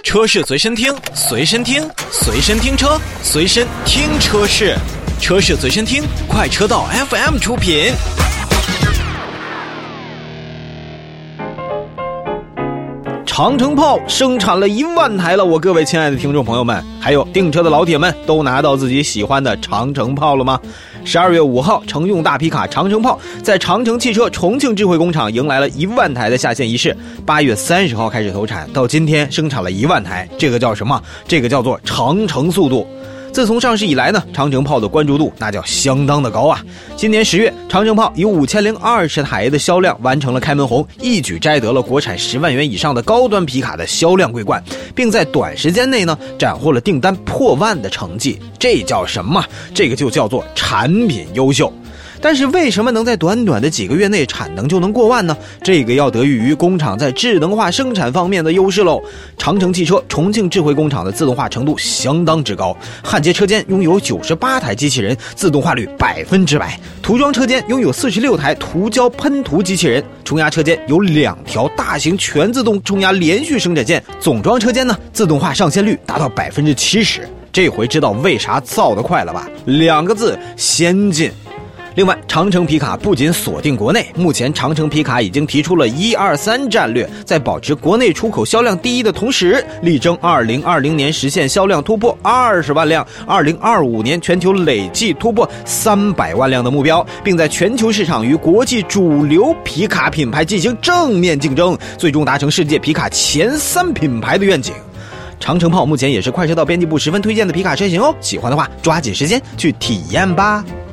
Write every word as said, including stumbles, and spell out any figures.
车市随身听，随身听，随身听车，随身听车市，车市随身听，快车道 F M 出品。长城炮生产了一万台了，我各位亲爱的听众朋友们，还有订车的老铁们，都拿到自己喜欢的长城炮了吗？十二月五号，乘用大皮卡长城炮在长城汽车重庆智慧工厂迎来了一万台的下线仪式。八月三十号开始投产，到今天生产了一万台，这个叫什么？这个叫做长城速度。自从上市以来呢，长城炮的关注度那叫相当的高啊！今年十月，长城炮以五千零二十台的销量完成了开门红，一举摘得了国产十万元以上的高端皮卡的销量桂冠，并在短时间内呢斩获了订单破万的成绩。这叫什么？这个就叫做产品优秀。但是为什么能在短短的几个月内产能就能过万呢？这个要得益于工厂在智能化生产方面的优势喽。长城汽车重庆智慧工厂的自动化程度相当之高，焊接车间拥有九十八台机器人，自动化率百分之百；涂装车间拥有四十六台涂胶喷涂机器人，冲压车间有两条大型全自动冲压连续生产线，总装车间呢自动化上线率达到百分之七十。这回知道为啥造得快了吧？两个字：先进。另外，长城皮卡不仅锁定国内，目前长城皮卡已经提出了一二三战略，在保持国内出口销量第一的同时，力争二零二零年实现销量突破二十万辆，二零二五年全球累计突破三百万辆的目标，并在全球市场与国际主流皮卡品牌进行正面竞争，最终达成世界皮卡前三品牌的愿景。长城炮目前也是快车道编辑部十分推荐的皮卡车型哦，喜欢的话抓紧时间去体验吧。